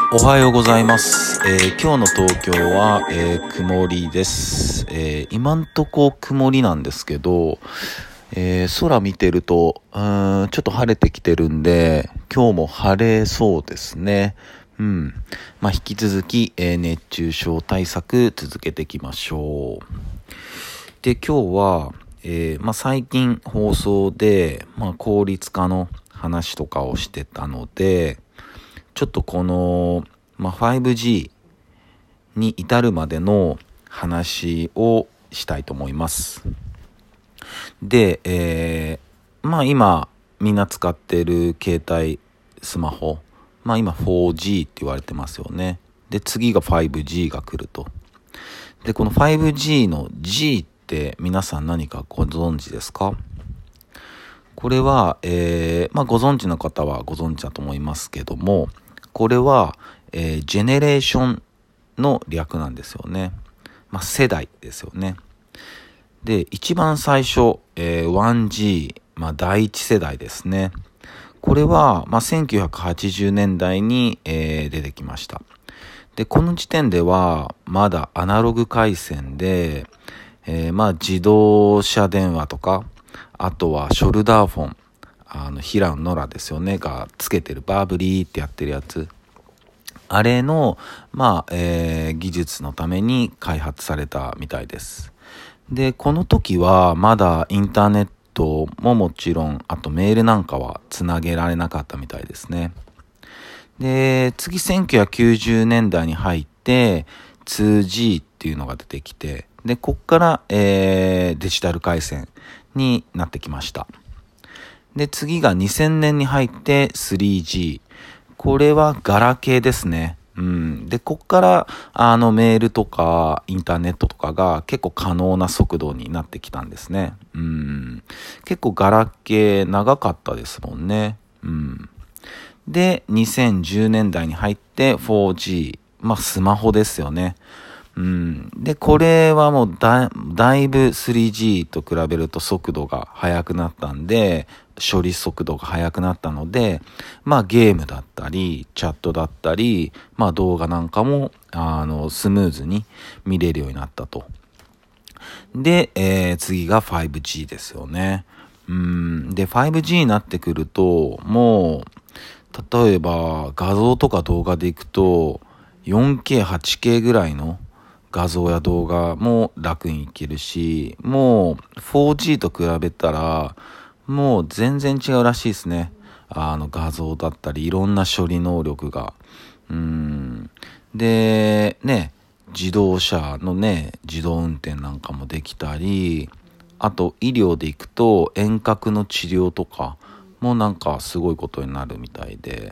おはようございます。今日の東京は、曇りです。今んとこ曇りなんですけど、空見てると、ちょっと晴れてきてるんで、今日も晴れそうですね。引き続き、熱中症対策続けていきましょう。で、今日は、最近放送で、効率化の話とかをしてたので、ちょっとこの、5G に至るまでの話をしたいと思います。で、今みんな使ってる携帯スマホ、今 4G って言われてますよね。で、次が 5G が来ると。で、この 5G の G って皆さん何かご存知ですか？これは、ご存知の方はご存知だと思いますけども、これは、ジェネレーションの略なんですよね。世代ですよね。で、一番最初、1G、第一世代ですね。これは、1980年代に、出てきました。で、この時点では、まだアナログ回線で、自動車電話とか、あとはショルダーフォン、平野ノラですよね、がつけてるバーブリーってやってるやつ。あれの、技術のために開発されたみたいです。で、この時はまだインターネットももちろん、あとメールなんかはつなげられなかったみたいですね。で、次1990年代に入って 2G っていうのが出てきて、で、こっから、デジタル回線になってきました。で、次が2000年に入って 3G。これはガラケーですね。で、こっから、メールとか、インターネットとかが結構可能な速度になってきたんですね。結構ガラケー長かったですもんね。で、2010年代に入って 4G。スマホですよね。で、これはもうだいぶ 3G と比べると速度が速くなったんで、処理速度が速くなったので、ゲームだったり、チャットだったり、動画なんかも、スムーズに見れるようになったと。で、次が 5G ですよね。で、5G になってくると、もう、例えば画像とか動画でいくと、4K、8K ぐらいの画像や動画も楽にいけるし、もう 4G と比べたら、もう全然違うらしいですね。画像だったり、いろんな処理能力が。で、ね、自動車のね、自動運転なんかもできたり、あと医療でいくと遠隔の治療とかもなんかすごいことになるみたいで、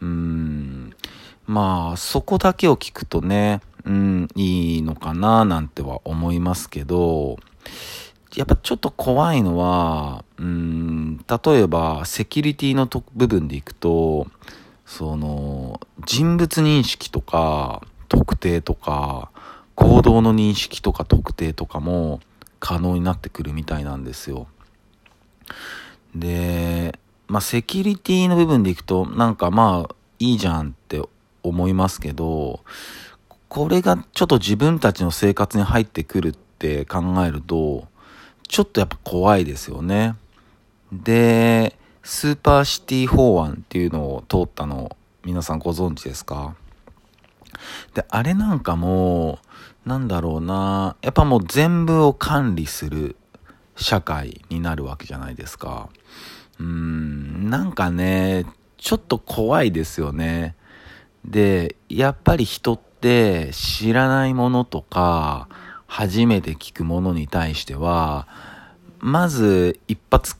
そこだけを聞くとね、いいのかななんては思いますけど、やっぱちょっと怖いのは、例えばセキュリティの部分でいくと、その、人物認識とか、特定とか、行動の認識とか特定とかも可能になってくるみたいなんですよ。で、セキュリティの部分でいくと、いいじゃんって思いますけど、これがちょっと自分たちの生活に入ってくるって考えると、ちょっとやっぱ怖いですよね。で、スーパーシティ法案っていうのを通ったの皆さんご存知ですか？で、あれなんかも、やっぱもう全部を管理する社会になるわけじゃないですか。ちょっと怖いですよね。で、やっぱり人って知らないものとか、初めて聞くものに対しては、まず一発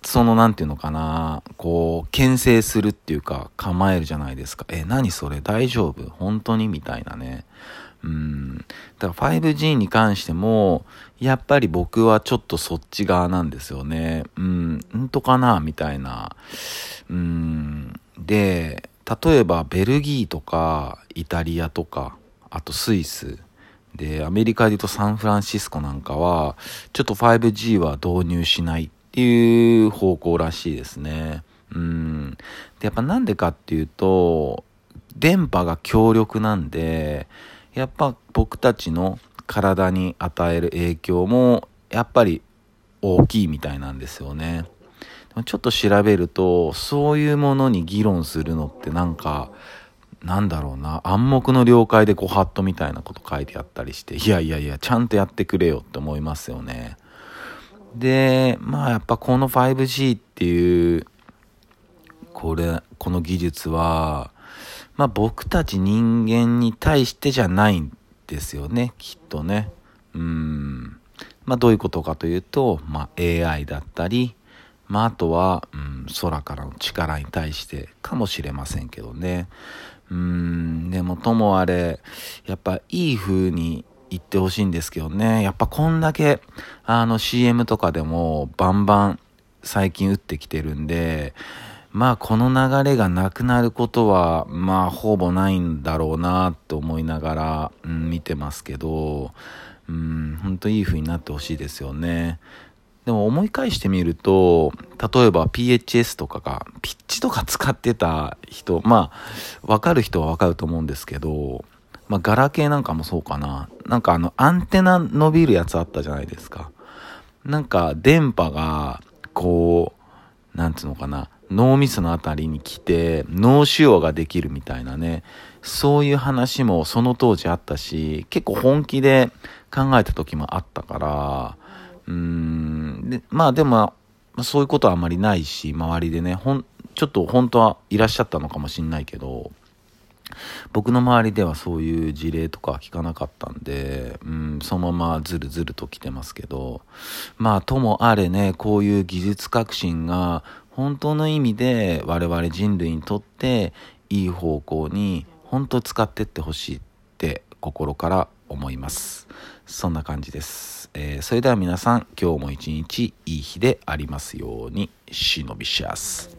牽制するっていうか構えるじゃないですか。何それ大丈夫本当にみたいなね。だから 5G に関しても、やっぱり僕はちょっとそっち側なんですよね。本当かなみたいな。で、例えばベルギーとかイタリアとか、あとスイス、で、アメリカで言うとサンフランシスコなんかは、ちょっと 5G は導入しないっていう方向らしいですね。で、やっぱなんでかっていうと、 電波が強力なんで、やっぱ僕たちの体に与える影響もやっぱり大きいみたいなんですよね。ちょっと調べると、そういうものに議論するのってなんか、なんだろうな、暗黙の了解でご法度みたいなこと書いてあったりして、いやいやいや、ちゃんとやってくれよって思いますよね。で、やっぱこの 5G っていう、この技術は、僕たち人間に対してじゃないんですよね、きっとね。どういうことかというと、AI だったり、あとは、空からの力に対してかもしれませんけどね。でもともあれ、やっぱいい風に言ってほしいんですけどね。やっぱこんだけ、CM とかでもバンバン最近打ってきてるんで、この流れがなくなることは、ほぼないんだろうなって思いながら、見てますけど、本当いい風になってほしいですよね。でも思い返してみると、例えば PHS とかが、ピッチとか使ってた人、わかる人はわかると思うんですけど、ガラケーなんかもそうかな。アンテナ伸びるやつあったじゃないですか。電波が、なんつうのかな、脳みそのあたりに来て、脳腫瘍ができるみたいなね、そういう話もその当時あったし、結構本気で考えた時もあったから、でも、そういうことはあんまりないし、周りでね、ちょっと本当はいらっしゃったのかもしれないけど、僕の周りではそういう事例とかは聞かなかったんで、そのままずるずると来てますけど、ともあれね、こういう技術革新が本当の意味で我々人類にとっていい方向に本当使ってってほしいって心から思います。そんな感じです。それでは皆さん、今日も一日いい日でありますように。シノビシャス。